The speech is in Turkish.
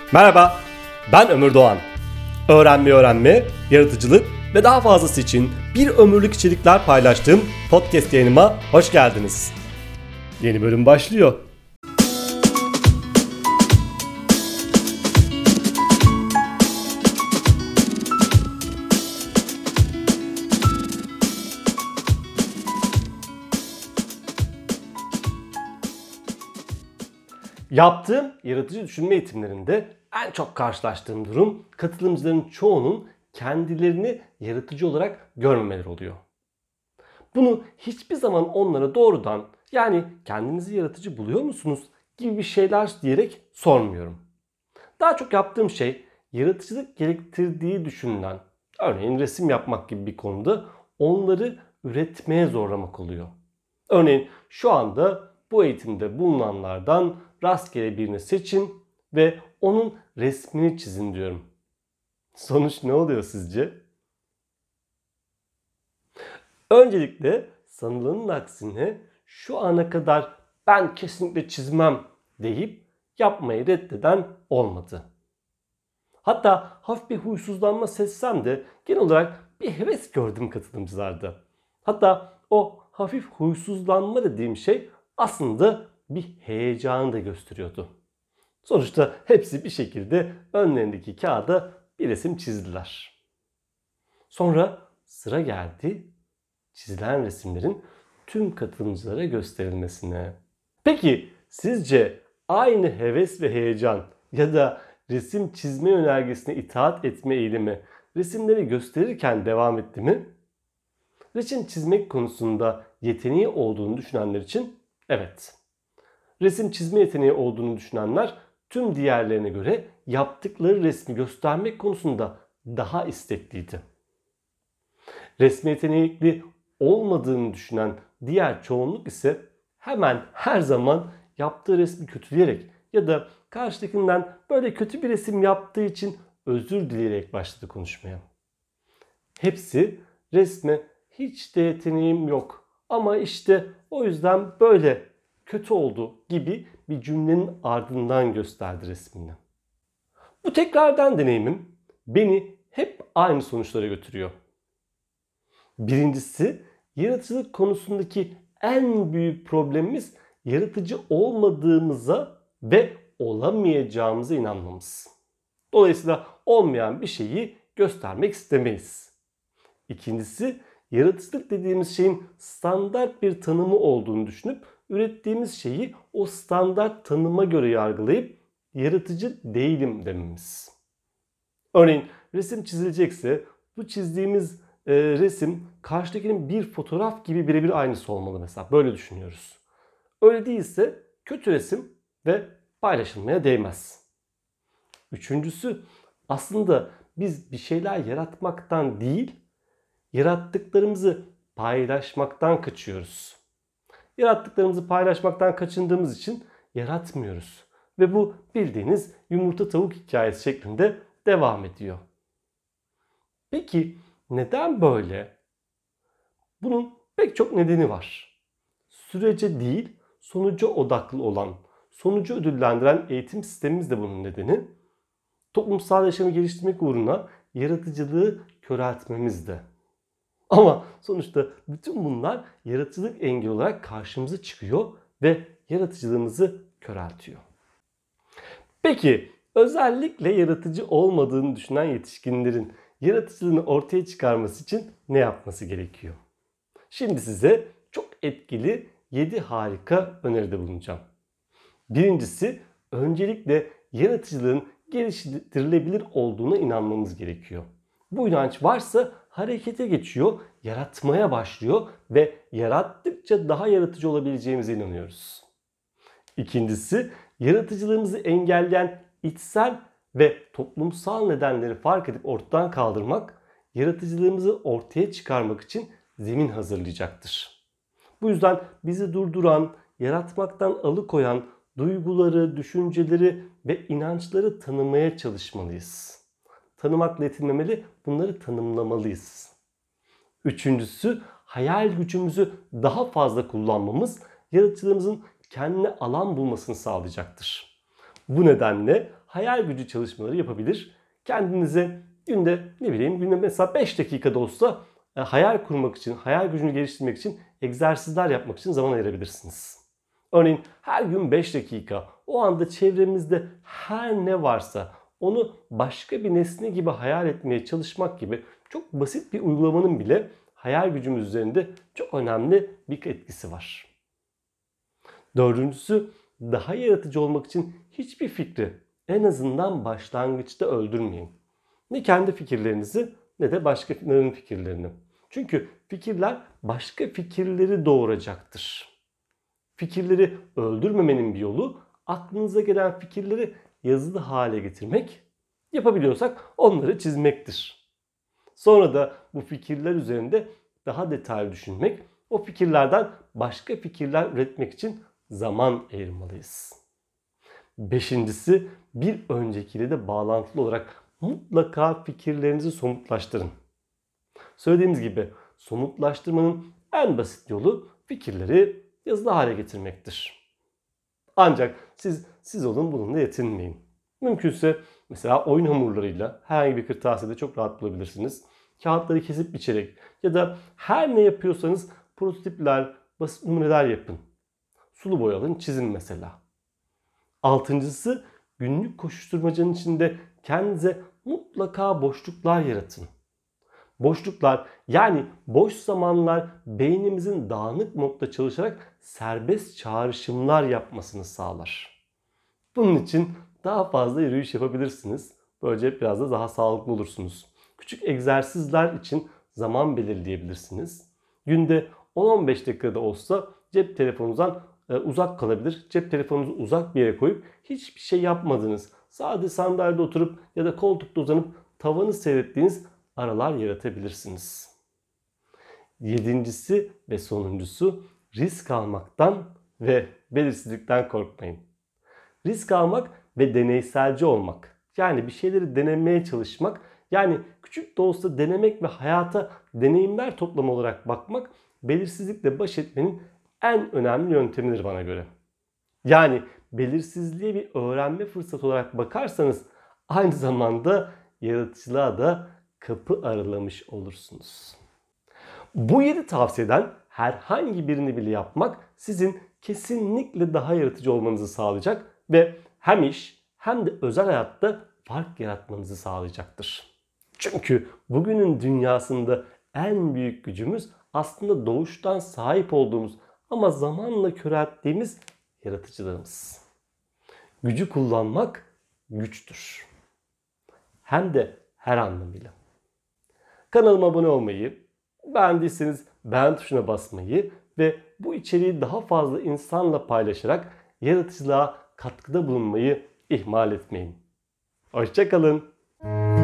Merhaba, ben Ömür Doğan. Öğrenme, yaratıcılık ve daha fazlası için bir ömürlük içerikler paylaştığım podcast yayınıma hoş geldiniz. Yeni bölüm başlıyor. Yaptığım yaratıcı düşünme eğitimlerinde en çok karşılaştığım durum katılımcıların çoğunun kendilerini yaratıcı olarak görmemeleri oluyor. Bunu hiçbir zaman onlara doğrudan yani kendinizi yaratıcı buluyor musunuz gibi bir şeyler diyerek sormuyorum. Daha çok yaptığım şey yaratıcılık gerektirdiği düşünülen, örneğin resim yapmak gibi bir konuda onları üretmeye zorlamak oluyor. Örneğin şu anda bu eğitimde bulunanlardan rastgele birini seçin ve onun resmini çizin diyorum. Sonuç ne oluyor sizce? Öncelikle sanılanın aksine şu ana kadar ben kesinlikle çizmem deyip yapmayı reddeden olmadı. Hatta hafif bir huysuzlanma sezsem de genel olarak bir heves gördüm katılımcılarda. Hatta o hafif huysuzlanma dediğim şey aslında bir heyecanı da gösteriyordu. Sonuçta hepsi bir şekilde önlerindeki kağıda bir resim çizdiler. Sonra sıra geldi çizilen resimlerin tüm katılımcılara gösterilmesine. Peki sizce aynı heves ve heyecan ya da resim çizme yönergesine itaat etme eğilimi resimleri gösterirken devam etti mi? Resim çizmek konusunda yeteneği olduğunu düşünenler için evet. Resim çizme yeteneği olduğunu düşünenler tüm diğerlerine göre yaptıkları resmi göstermek konusunda daha istekliydi. Resme yetenekli olmadığını düşünen diğer çoğunluk ise hemen her zaman yaptığı resmi kötüleyerek ya da karşıdakinden böyle kötü bir resim yaptığı için özür dileyerek başladı konuşmaya. Hepsi resme hiç de yeteneğim yok ama işte o yüzden böyle kötü oldu gibi bir cümlenin ardından gösterdi resmini. Bu tekrardan deneyimim beni hep aynı sonuçlara götürüyor. Birincisi, yaratıcılık konusundaki en büyük problemimiz yaratıcı olmadığımıza ve olamayacağımıza inanmamız. Dolayısıyla olmayan bir şeyi göstermek istemeyiz. İkincisi, yaratıcılık dediğimiz şeyin standart bir tanımı olduğunu düşünüp ürettiğimiz şeyi o standart tanıma göre yargılayıp yaratıcı değilim dememiz. Örneğin resim çizilecekse bu çizdiğimiz resim karşıdakinin bir fotoğraf gibi birebir aynısı olmalı mesela. Böyle düşünüyoruz. Öyle değilse kötü resim ve paylaşılmaya değmez. Üçüncüsü aslında biz bir şeyler yaratmaktan değil, yarattıklarımızı paylaşmaktan kaçıyoruz. Yarattıklarımızı paylaşmaktan kaçındığımız için yaratmıyoruz. Ve bu bildiğiniz yumurta tavuk hikayesi şeklinde devam ediyor. Peki neden böyle? Bunun pek çok nedeni var. Sürece değil, sonuca odaklı olan, sonucu ödüllendiren eğitim sistemimiz de bunun nedeni. Toplumsal yaşamı geliştirmek uğruna yaratıcılığı köreltmemiz de. Ama sonuçta bütün bunlar yaratıcılık engeli olarak karşımıza çıkıyor ve yaratıcılığımızı köreltiyor. Peki özellikle yaratıcı olmadığını düşünen yetişkinlerin yaratıcılığını ortaya çıkarması için ne yapması gerekiyor? Şimdi size çok etkili 7 harika öneride bulunacağım. Birincisi öncelikle yaratıcılığın geliştirilebilir olduğuna inanmamız gerekiyor. Bu inanç varsa harekete geçiyor, yaratmaya başlıyor ve yarattıkça daha yaratıcı olabileceğimize inanıyoruz. İkincisi, yaratıcılığımızı engelleyen içsel ve toplumsal nedenleri fark edip ortadan kaldırmak, yaratıcılığımızı ortaya çıkarmak için zemin hazırlayacaktır. Bu yüzden bizi durduran, yaratmaktan alıkoyan duyguları, düşünceleri ve inançları tanımaya çalışmalıyız. Tanımakla yetinmemeli, bunları tanımlamalıyız. Üçüncüsü, hayal gücümüzü daha fazla kullanmamız, yaratıcılığımızın kendine alan bulmasını sağlayacaktır. Bu nedenle hayal gücü çalışmaları yapabilir. Kendinize günde mesela 5 dakikada olsa hayal kurmak için, hayal gücünü geliştirmek için egzersizler yapmak için zaman ayırabilirsiniz. Örneğin her gün 5 dakika o anda çevremizde her ne varsa onu başka bir nesne gibi hayal etmeye çalışmak gibi çok basit bir uygulamanın bile hayal gücümüz üzerinde çok önemli bir etkisi var. Dördüncüsü, daha yaratıcı olmak için hiçbir fikri en azından başlangıçta öldürmeyin. Ne kendi fikirlerinizi ne de başkalarının fikirlerini. Çünkü fikirler başka fikirleri doğuracaktır. Fikirleri öldürmemenin bir yolu aklınıza gelen fikirleri yazılı hale getirmek, yapabiliyorsak onları çizmektir. Sonra da bu fikirler üzerinde daha detaylı düşünmek, o fikirlerden başka fikirler üretmek için zaman ayırmalıyız. Beşincisi, bir öncekiyle de bağlantılı olarak mutlaka fikirlerinizi somutlaştırın. Söylediğimiz gibi somutlaştırmanın en basit yolu fikirleri yazılı hale getirmektir. Ancak siz olun, bununla yetinmeyin. Mümkünse mesela oyun hamurlarıyla herhangi bir kırtasiyede çok rahat bulabilirsiniz. Kağıtları kesip biçerek ya da her ne yapıyorsanız prototipler, basit numuneler yapın. Sulu boya alın, çizin mesela. Altıncısı, günlük koşuşturmacanın içinde kendinize mutlaka boşluklar yaratın. Boşluklar, yani boş zamanlar beynimizin dağınık modda çalışarak serbest çağrışımlar yapmasını sağlar. Bunun için daha fazla yürüyüş yapabilirsiniz. Böylece biraz da daha sağlıklı olursunuz. Küçük egzersizler için zaman belirleyebilirsiniz. Günde 10-15 dakikada olsa cep telefonunuzdan uzak kalabilir. Cep telefonunuzu uzak bir yere koyup hiçbir şey yapmadığınız, sadece sandalyede oturup ya da koltukta uzanıp tavanı seyrettiğiniz aralar yaratabilirsiniz. Yedincisi ve sonuncusu, risk almaktan ve belirsizlikten korkmayın. Risk almak ve deneyselci olmak, yani bir şeyleri denemeye çalışmak, yani küçük de olsa denemek ve hayata deneyimler toplamı olarak bakmak, belirsizlikle baş etmenin en önemli yöntemidir bana göre. Yani belirsizliğe bir öğrenme fırsatı olarak bakarsanız aynı zamanda yaratıcılığa da kapı aralamış olursunuz. Bu 7 tavsiyeden herhangi birini bile yapmak sizin kesinlikle daha yaratıcı olmanızı sağlayacak ve hem iş hem de özel hayatta fark yaratmanızı sağlayacaktır. Çünkü bugünün dünyasında en büyük gücümüz aslında doğuştan sahip olduğumuz ama zamanla körelttiğimiz yaratıcılığımız. Gücü kullanmak güçtür. Hem de her anlamıyla. Kanalıma abone olmayı, beğendiyseniz beğen tuşuna basmayı ve bu içeriği daha fazla insanla paylaşarak yaratıcılığa katkıda bulunmayı ihmal etmeyin. Hoşça kalın.